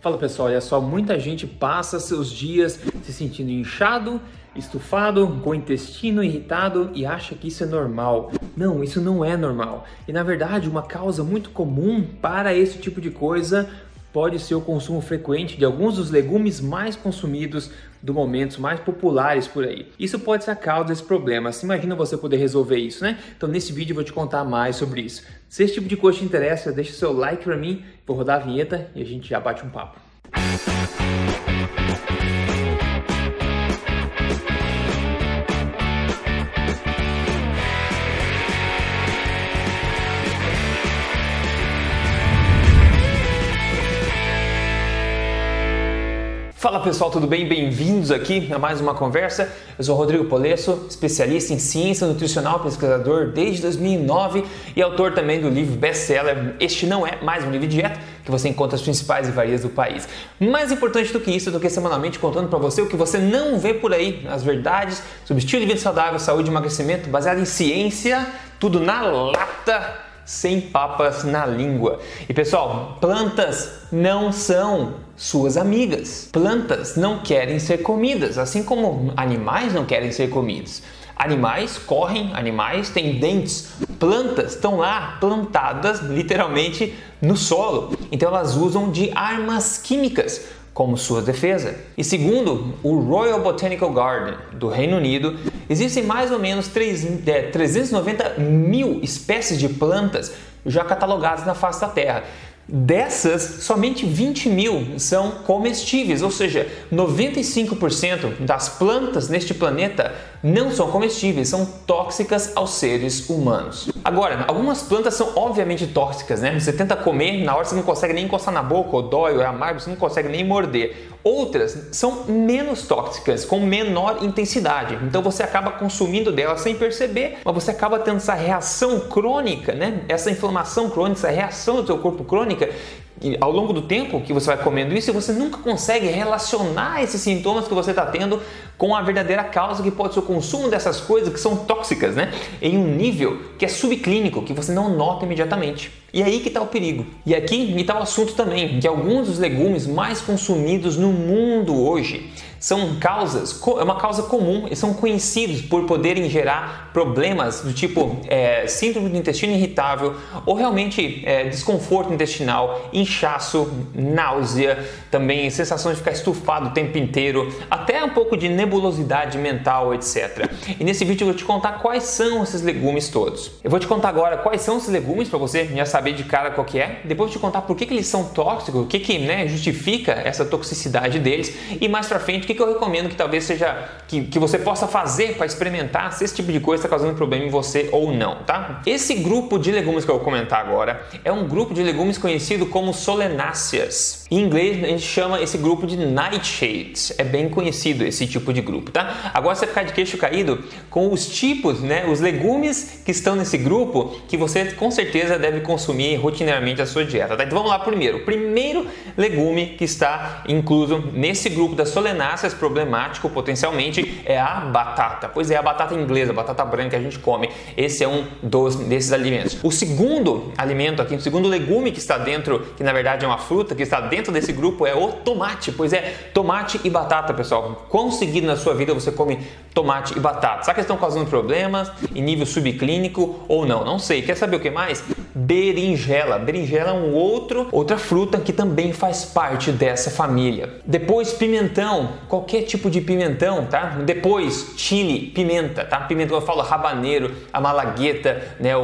Fala pessoal, olha só, muita gente passa seus dias se sentindo inchado, estufado, com o intestino irritado e acha que isso é normal. Não, isso não é normal. E na verdade, uma causa muito comum para esse tipo de coisa pode ser o consumo frequente de alguns dos legumes mais consumidos do momento, mais populares por aí. Isso pode ser a causa desse problema. Você imagina você poder resolver isso, né? Então nesse vídeo eu vou te contar mais sobre isso. Se esse tipo de coisa te interessa, deixa seu like pra mim, vou rodar a vinheta e a gente já bate um papo. Fala pessoal, tudo bem? Bem-vindos aqui a mais uma conversa. Eu sou Rodrigo Polesso, especialista em ciência nutricional, pesquisador desde 2009 e autor também do livro best-seller Este Não É Mais Um Livro de Dieta, que você encontra as principais livrarias do país. Mais importante do que isso, do que semanalmente contando para você o que você não vê por aí, as verdades sobre estilo de vida saudável, saúde e emagrecimento, baseado em ciência, tudo na lata, sem papas na língua. E pessoal, plantas não são suas amigas. Plantas não querem ser comidas, assim como animais não querem ser comidos. Animais correm, animais têm dentes. Plantas estão lá plantadas literalmente no solo. Então elas usam de armas químicas como sua defesa. E segundo o Royal Botanical Garden do Reino Unido, existem mais ou menos 390 mil espécies de plantas já catalogadas na face da Terra. Dessas, somente 20 mil são comestíveis, ou seja, 95% das plantas neste planeta não são comestíveis, são tóxicas aos seres humanos. Agora, algumas plantas são obviamente tóxicas, né? Você tenta comer, na hora você não consegue nem encostar na boca, ou dói, ou é amargo, você não consegue nem morder. Outras são menos tóxicas, com menor intensidade, então você acaba consumindo delas sem perceber, mas você acaba tendo essa reação crônica, né? Essa inflamação crônica, essa reação do seu corpo crônica, e ao longo do tempo que você vai comendo isso, você nunca consegue relacionar esses sintomas que você está tendo com a verdadeira causa, que pode ser o consumo dessas coisas que são tóxicas, né? Em um nível que é subclínico, que você não nota imediatamente. E aí que está o perigo. E aqui está o assunto também, que alguns dos legumes mais consumidos no mundo hoje são uma causa comum e são conhecidos por poderem gerar problemas do tipo síndrome do intestino irritável ou realmente desconforto intestinal, inchaço, náusea, também sensação de ficar estufado o tempo inteiro, até um pouco de nebulosidade mental, etc. E nesse vídeo eu vou te contar quais são esses legumes todos. Eu vou te contar agora quais são esses legumes para você já saber de cara qual que é. Depois eu vou te contar por que eles são tóxicos, o que justifica essa toxicidade deles e mais pra frente o que eu recomendo que talvez seja que você possa fazer para experimentar se esse tipo de coisa está causando problema em você ou não, tá? Esse grupo de legumes que eu vou comentar agora é um grupo de legumes conhecido como solenáceas. Em inglês a gente chama esse grupo de nightshades. É bem conhecido esse tipo de grupo, tá? Agora você vai ficar de queixo caído com os tipos, né, os legumes que estão nesse grupo que você com certeza deve consumir rotineiramente a sua dieta, tá? Então vamos lá primeiro. O primeiro legume que está incluso nesse grupo das solenáceas problemático potencialmente é a batata. Pois é, a batata inglesa, a batata branca que a gente come. Esse é um desses alimentos. O segundo alimento aqui, o segundo legume que está dentro, que na verdade é uma fruta, que está dentro desse grupo é o tomate. Pois é, tomate e batata, pessoal. Quão seguido na sua vida você come tomate e batata? Será que eles estão causando problemas em nível subclínico ou não? Não sei. Quer saber o que mais? Berinjela. Berinjela é outra fruta que também faz parte dessa família. Depois, pimentão. Qualquer tipo de pimentão, tá? Depois, chile, pimenta, tá? Pimentão, eu falo habanero, a malagueta, né?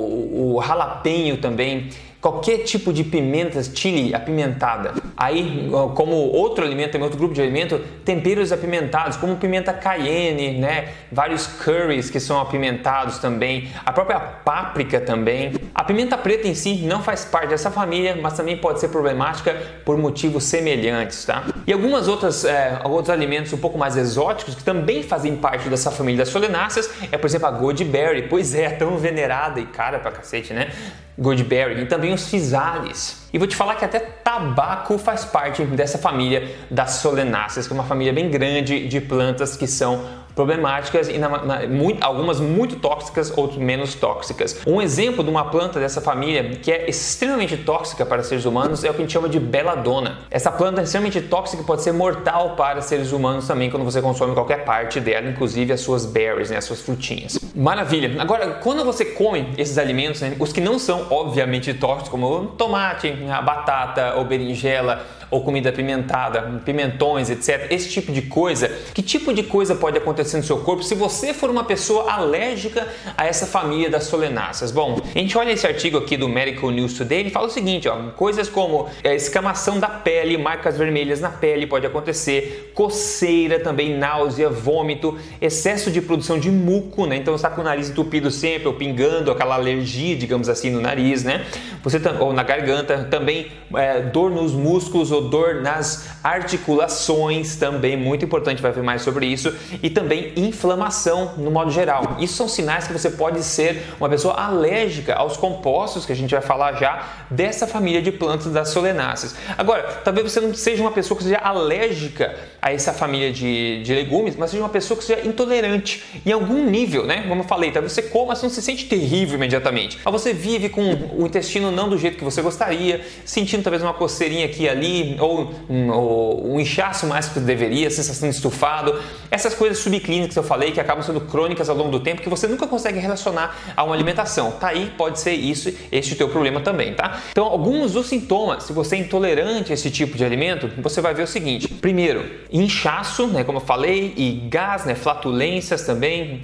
O jalapeño também. Qualquer tipo de pimenta, chile apimentada. Aí, como outro alimento, também outro grupo de alimento, temperos apimentados, como pimenta cayenne, né? Vários curries que são apimentados também. A própria páprica também. A pimenta preta em si não faz parte dessa família, mas também pode ser problemática por motivos semelhantes, tá? E alguns outros alimentos um pouco mais exóticos que também fazem parte dessa família das solenáceas é, por exemplo, a goji-berry. Pois é, tão venerada e cara pra cacete, né? Goji-berry e também os physalis. E vou te falar que até tabaco faz parte dessa família das solenáceas, que é uma família bem grande de plantas que são problemáticas e algumas muito tóxicas, outras menos tóxicas. Um exemplo de uma planta dessa família que é extremamente tóxica para seres humanos é o que a gente chama de belladonna. Essa planta é extremamente tóxica e pode ser mortal para seres humanos também quando você consome qualquer parte dela, inclusive as suas berries, né, as suas frutinhas. Maravilha! Agora, quando você come esses alimentos, né, os que não são obviamente tóxicos, como o tomate, a batata ou berinjela, ou comida apimentada, pimentões, etc. Esse tipo de coisa. Que tipo de coisa pode acontecer no seu corpo se você for uma pessoa alérgica a essa família das solenáceas? Bom, a gente olha esse artigo aqui do Medical News Today, ele fala o seguinte, ó, coisas como escamação da pele, marcas vermelhas na pele pode acontecer, coceira também, náusea, vômito, excesso de produção de muco, né? Então você está com o nariz entupido sempre, ou pingando, aquela alergia, digamos assim, no nariz, né? Ou na garganta, também dor nos músculos, ou dor nas articulações, também muito importante, vai ver mais sobre isso, e também inflamação no modo geral. Isso são sinais que você pode ser uma pessoa alérgica aos compostos que a gente vai falar já dessa família de plantas das solenáceas. Agora, talvez você não seja uma pessoa que seja alérgica a essa família de legumes, mas seja uma pessoa que seja intolerante em algum nível, né? Como eu falei, talvez você coma, mas não se sente terrível imediatamente. Mas você vive com o intestino não do jeito que você gostaria, sentindo talvez uma coceirinha aqui e ali, ou um inchaço mais do que deveria, sensação de estufado, essas coisas subclínicas que eu falei que acabam sendo crônicas ao longo do tempo que você nunca consegue relacionar a uma alimentação. Tá aí, pode ser isso, esse é o teu problema também, tá? Então, alguns dos sintomas, se você é intolerante a esse tipo de alimento, você vai ver o seguinte: primeiro, inchaço, né, como eu falei, e gás, né, flatulências também,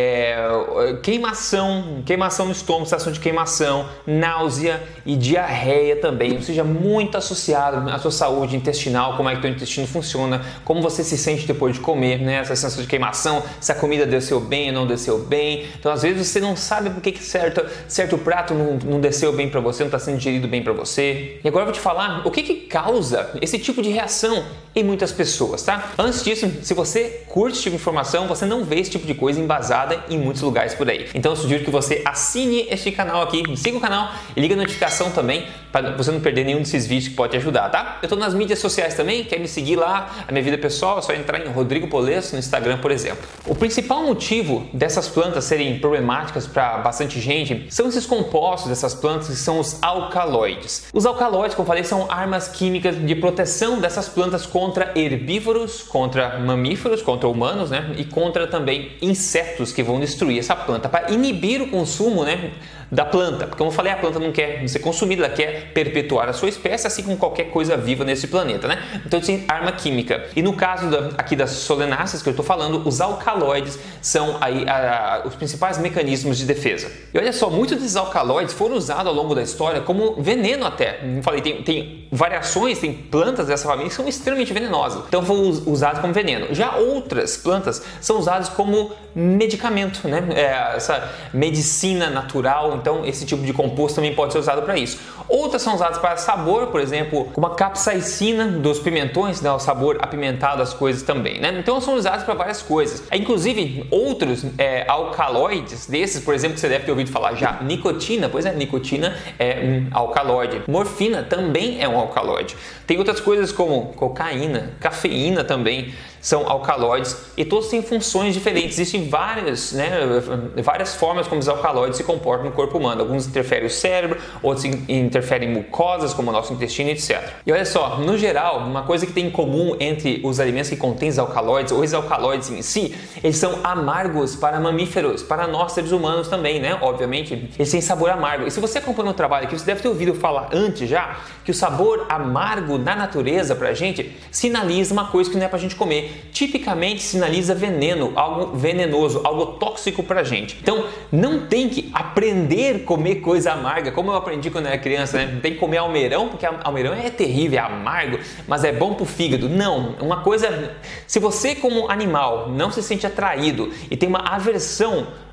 queimação no estômago, sensação de queimação, náusea e diarreia também, ou seja, muito associado à sua saúde intestinal, como é que o teu intestino funciona, como você se sente depois de comer, né, essa sensação de queimação, se a comida desceu bem ou não desceu bem. Então, às vezes você não sabe por que certo prato não desceu bem para você, não está sendo digerido bem para você. E agora eu vou te falar o que causa esse tipo de reação em muitas pessoas, tá? Antes disso, se você curte esse tipo de informação, você não vê esse tipo de coisa embasada em muitos lugares por aí. Então eu sugiro que você assine este canal aqui, siga o canal e liga a notificação também para você não perder nenhum desses vídeos que pode te ajudar, tá? Eu tô nas mídias sociais também, quer me seguir lá, a minha vida pessoal, é só entrar em Rodrigo Polesso no Instagram, por exemplo. O principal motivo dessas plantas serem problemáticas para bastante gente são esses compostos dessas plantas que são os alcaloides. Os alcaloides, como eu falei, são armas químicas de proteção dessas plantas contra herbívoros, contra mamíferos, contra humanos, né? E contra também insetos que vão destruir essa planta, para inibir o consumo, né, da planta. Porque, como eu falei, a planta não quer ser consumida, ela quer perpetuar a sua espécie, assim como qualquer coisa viva nesse planeta, né? Então tem arma química. E no caso aqui das solenáceas que eu estou falando, os alcaloides são aí os principais mecanismos de defesa. E olha só, muitos desses alcaloides foram usados ao longo da história como veneno até. Como eu falei, tem variações, tem plantas dessa família que são extremamente venenosas. Então foram usados como veneno. Já outras plantas são usadas como medicamento, né? Essa medicina natural. Então esse tipo de composto também pode ser usado para isso. Outras são usadas para sabor, por exemplo, como a capsaicina dos pimentões, né? O sabor apimentado das coisas também, né? Então são usados para várias coisas. Inclusive outros alcaloides desses, por exemplo, que você deve ter ouvido falar já, nicotina, pois é, nicotina é um alcaloide. Morfina também é um alcaloide. Tem outras coisas como cocaína, cafeína também são alcaloides, e todos têm funções diferentes. Existem várias formas como os alcaloides se comportam no corpo humano. Alguns interferem o cérebro, outros interferem em mucosas, como o nosso intestino, etc. E olha só, no geral, uma coisa que tem em comum entre os alimentos que contêm os alcaloides, ou os alcaloides em si, eles são amargos para mamíferos, para nós seres humanos também, né? Obviamente, eles têm sabor amargo. E se você acompanha o trabalho aqui, você deve ter ouvido falar antes já, que o sabor amargo na natureza pra gente sinaliza uma coisa que não é pra gente comer. Tipicamente sinaliza veneno, algo venenoso, algo tóxico pra gente. Então não tem que aprender a comer coisa amarga, como eu aprendi quando eu era criança, né? Tem que comer almeirão, porque almeirão é terrível, é amargo, mas é bom pro fígado. Não, uma coisa, se você como animal não se sente atraído e tem uma aversão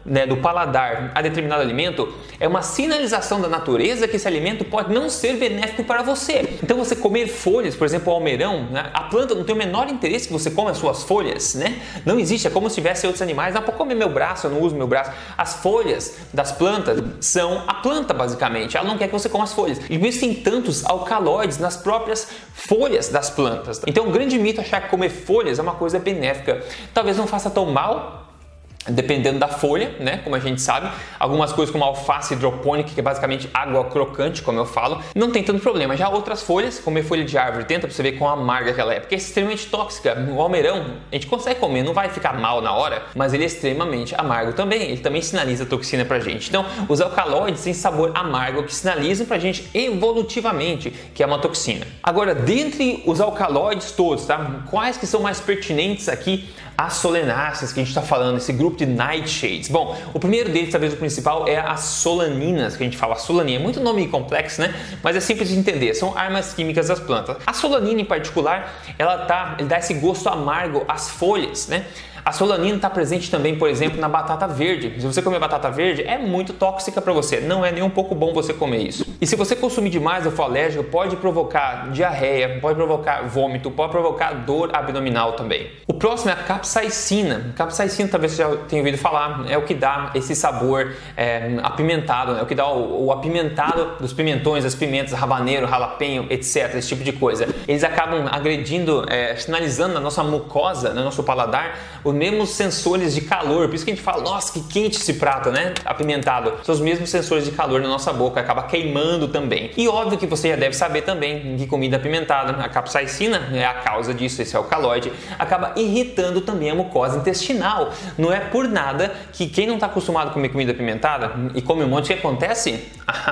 né, do paladar a determinado alimento é uma sinalização da natureza que esse alimento pode não ser benéfico para você. Então você comer folhas, por exemplo, o almeirão, né, a planta não tem o menor interesse que você coma as suas folhas, né? Não existe, é como se tivesse outros animais, não, para comer meu braço, eu não uso meu braço. As folhas das plantas são a planta basicamente, ela não quer que você coma as folhas. E por isso tem tantos alcaloides nas próprias folhas das plantas. Então um grande mito é achar que comer folhas é uma coisa benéfica. Talvez não faça tão mal, dependendo da folha, né? Como a gente sabe, algumas coisas como a alface hidropônica, que é basicamente água crocante, como eu falo, não tem tanto problema. Já outras folhas, comer folha de árvore, tenta pra você ver quão amarga que ela é, porque é extremamente tóxica. O almeirão, a gente consegue comer, não vai ficar mal na hora, mas ele é extremamente amargo também, ele também sinaliza toxina pra gente. Então, os alcaloides têm sabor amargo que sinalizam pra gente evolutivamente que é uma toxina. Agora, dentre os alcaloides todos, tá? Quais que são mais pertinentes aqui? As solanáceas que a gente está falando, esse grupo de nightshades. Bom, o primeiro deles, talvez o principal, é as solaninas, que a gente fala. A solanina é muito nome complexo, né? Mas é simples de entender, são armas químicas das plantas. A solanina, em particular, ele dá esse gosto amargo às folhas, né? A solanina está presente também, por exemplo, na batata verde. Se você comer batata verde, é muito tóxica para você. Não é nem um pouco bom você comer isso. E se você consumir demais ou for alérgico, pode provocar diarreia, pode provocar vômito, pode provocar dor abdominal também. O próximo é a capsaicina. Capsaicina, talvez você já tenha ouvido falar, é o que dá esse sabor apimentado, é o que dá o apimentado dos pimentões, das pimentas, habanero, jalapeño, etc. Esse tipo de coisa. Eles acabam agredindo, sinalizando na nossa mucosa, no nosso paladar, os mesmos sensores de calor, por isso que a gente fala, nossa, que quente esse prato, né? Apimentado. São os mesmos sensores de calor na nossa boca, acaba queimando também. E óbvio que você já deve saber também que comida apimentada, a capsaicina é a causa disso, esse alcaloide, acaba irritando também a mucosa intestinal. Não é por nada que quem não está acostumado a comer comida apimentada e come um monte, o que acontece?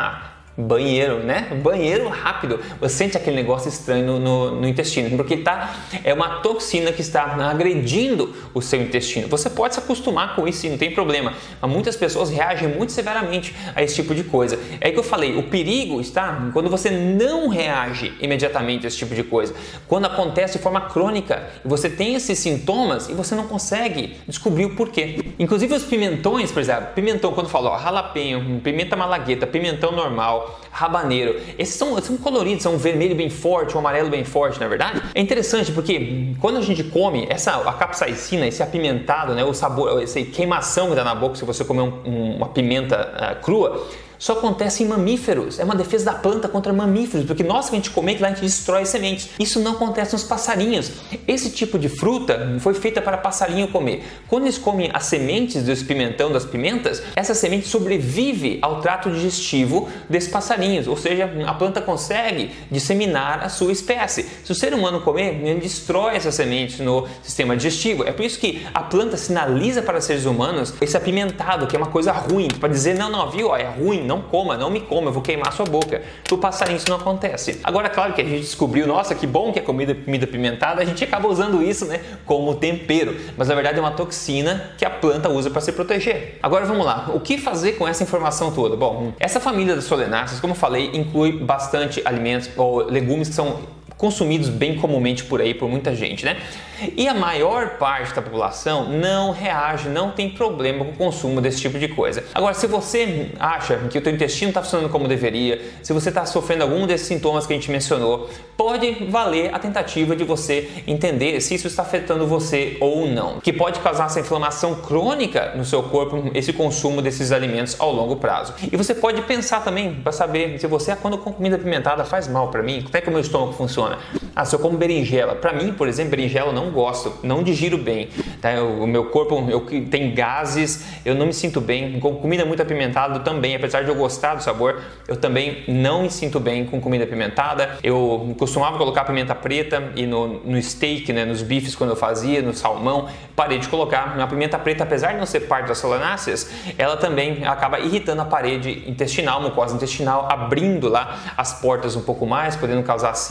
Banheiro, né? Banheiro rápido. Você sente aquele negócio estranho no intestino, porque é uma toxina que está agredindo o seu intestino. Você pode se acostumar com isso e não tem problema, mas muitas pessoas reagem muito severamente a esse tipo de coisa. É aí que eu falei, o perigo está quando você não reage imediatamente a esse tipo de coisa. Quando acontece de forma crônica e você tem esses sintomas e você não consegue descobrir o porquê. Inclusive os pimentões, por exemplo, pimentão, quando falo jalapeño, pimenta malagueta, pimentão normal, habanero, esses são coloridos, são um vermelho bem forte, um amarelo bem forte, na verdade. É interessante porque quando a gente come a capsaicina, esse apimentado, né, o sabor, essa queimação que dá na boca se você comer uma pimenta crua, só acontece em mamíferos, é uma defesa da planta contra mamíferos, porque nós que a gente come, lá a gente destrói as sementes. Isso não acontece nos passarinhos. Esse tipo de fruta foi feita para passarinho comer. Quando eles comem as sementes desse pimentão, das pimentas, essa semente sobrevive ao trato digestivo desses passarinhos, ou seja, a planta consegue disseminar a sua espécie. Se o ser humano comer, ele destrói essas sementes no sistema digestivo. É por isso que a planta sinaliza para seres humanos esse apimentado, que é uma coisa ruim, para dizer, não, viu, é ruim, não coma, não me coma, eu vou queimar a sua boca. Para o passarinho isso não acontece. Agora, claro que a gente descobriu, nossa, que bom que é comida apimentada, a gente acaba usando isso, né, como tempero, mas na verdade é uma toxina que a planta usa para se proteger. Agora vamos lá, o que fazer com essa informação toda? Bom, essa família das solenáceas, como eu falei, inclui bastante alimentos ou legumes que são consumidos bem comumente por aí, por muita gente, né? E a maior parte da população não reage, não tem problema com o consumo desse tipo de coisa. Agora, se você acha que o teu intestino está funcionando como deveria, se você está sofrendo algum desses sintomas que a gente mencionou, pode valer a tentativa de você entender se isso está afetando você ou não, que pode causar essa inflamação crônica no seu corpo, esse consumo desses alimentos ao longo prazo. E você pode pensar também para saber se você, quando com comida apimentada, faz mal para mim, como é que o meu estômago funciona? Se eu como berinjela, para mim, por exemplo, berinjela eu não gosto, não digiro bem, tá? O meu corpo tem gases, eu não me sinto bem. Com comida muito apimentada também, apesar de eu gostar do sabor, eu também não me sinto bem com comida apimentada. Eu costumava colocar pimenta preta e no steak, né, nos bifes quando eu fazia, no salmão, parei de colocar. A pimenta preta, apesar de não ser parte das solanáceas, ela também acaba irritando a parede intestinal, mucosa intestinal, abrindo lá as portas um pouco mais, podendo causar síndrome do intestino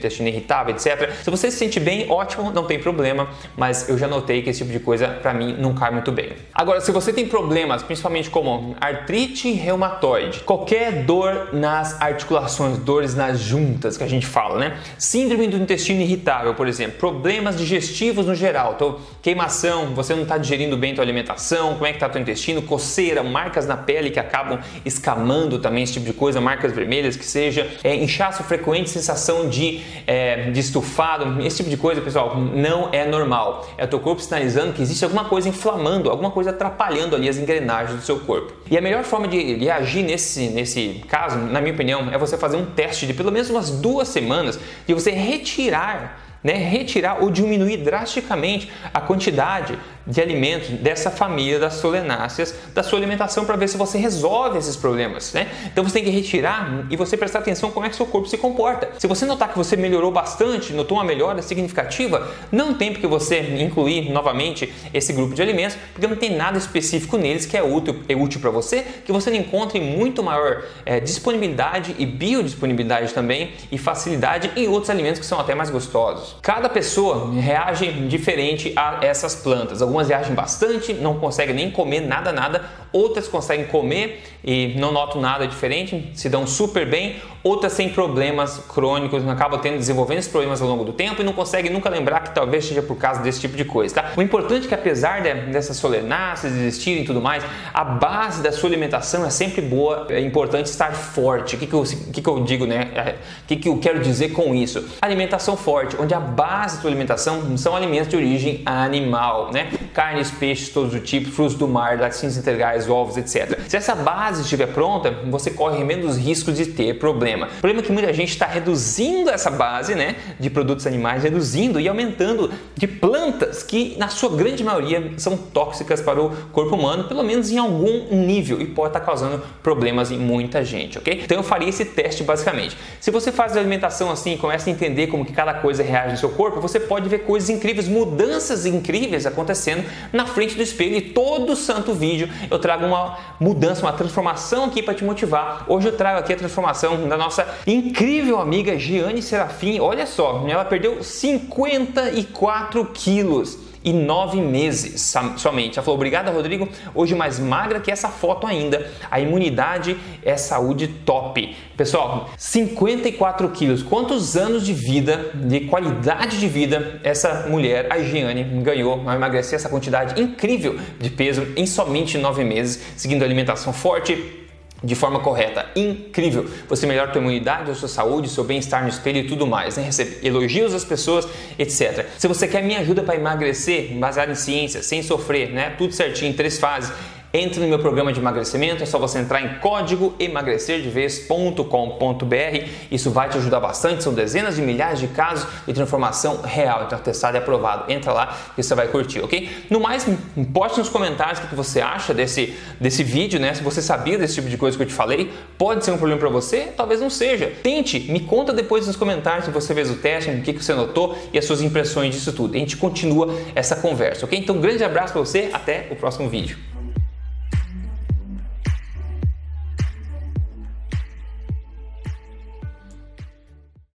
intestino irritável, etc. Se você se sente bem, ótimo, não tem problema, mas eu já notei que esse tipo de coisa para mim não cai muito bem. Agora, se você tem problemas, principalmente como artrite reumatoide, qualquer dor nas articulações, dores nas juntas que a gente fala, né? Síndrome do intestino irritável, por exemplo, problemas digestivos no geral, então, queimação, você não está digerindo bem a tua alimentação, como é que está teu intestino, coceira, marcas na pele que acabam escamando também, esse tipo de coisa, marcas vermelhas que seja, inchaço frequente, sensação de estufado, esse tipo de coisa, pessoal, não é normal. É o teu corpo sinalizando que existe alguma coisa inflamando, alguma coisa atrapalhando ali as engrenagens do seu corpo. E a melhor forma de agir nesse caso, na minha opinião, é você fazer um teste de pelo menos umas 2 semanas de você retirar ou diminuir drasticamente a quantidade de alimentos dessa família das solenáceas da sua alimentação para ver se você resolve esses problemas, né? Então você tem que retirar e você prestar atenção como é que seu corpo se comporta. Se você notar que você melhorou bastante, notou uma melhora significativa, não tem porque você incluir novamente esse grupo de alimentos, porque não tem nada específico neles que é útil para você, que você não encontre muito maior disponibilidade e biodisponibilidade também e facilidade em outros alimentos que são até mais gostosos. Cada pessoa reage diferente a essas plantas. Algumas reagem bastante, não conseguem nem comer nada, outras conseguem comer e não notam nada diferente, se dão super bem, outras têm problemas crônicos, acabam desenvolvendo esses problemas ao longo do tempo e não conseguem nunca lembrar que talvez seja por causa desse tipo de coisa, tá? O importante é que apesar dessas solenáceas existirem e tudo mais, a base da sua alimentação é sempre boa, é importante estar forte. O que eu digo, né? O que eu quero dizer com isso? Alimentação forte, onde a base da sua alimentação são alimentos de origem animal, né? Carnes, peixes, todos os tipos, frutos do mar, laticínios integrais, ovos, etc. Se essa base estiver pronta, você corre menos riscos de ter problema. O problema é que muita gente está reduzindo essa base, né, de produtos animais, reduzindo e aumentando de plantas que, na sua grande maioria, são tóxicas para o corpo humano, pelo menos em algum nível, e pode estar causando problemas em muita gente, ok? Então eu faria esse teste basicamente. Se você faz a alimentação assim e começa a entender como que cada coisa reage no seu corpo, você pode ver coisas incríveis, mudanças incríveis acontecendo na frente do espelho, e todo santo vídeo eu trago uma mudança, uma transformação aqui para te motivar. Hoje eu trago aqui a transformação da nossa incrível amiga Giane Serafim. Olha só, ela perdeu 54 quilos e 9 meses somente. Ela falou: obrigada, Rodrigo, hoje mais magra que essa foto ainda. A imunidade é saúde top. Pessoal, 54 quilos. Quantos anos de vida, de qualidade de vida essa mulher, a Giane, ganhou ao emagrecer essa quantidade incrível de peso em somente 9 meses, seguindo a alimentação forte, de forma correta. Incrível! Você melhora a sua imunidade, a sua saúde, o seu bem-estar no espelho e tudo mais, né? Recebe elogios das pessoas, etc. Se você quer minha ajuda para emagrecer, baseado em ciência, sem sofrer, né? Tudo certinho, em 3 fases, entre no meu programa de emagrecimento. É só você entrar em código emagrecerdevez.com.br. Isso vai te ajudar bastante. São dezenas de milhares de casos de transformação real. Então, testado e aprovado. Entra lá e você vai curtir, ok? No mais, poste nos comentários o que você acha desse vídeo, né? Se você sabia desse tipo de coisa que eu te falei, pode ser um problema para você, talvez não seja. Tente, me conta depois nos comentários se você fez o teste, o que você notou e as suas impressões disso tudo. A gente continua essa conversa, ok? Então, um grande abraço para você, até o próximo vídeo.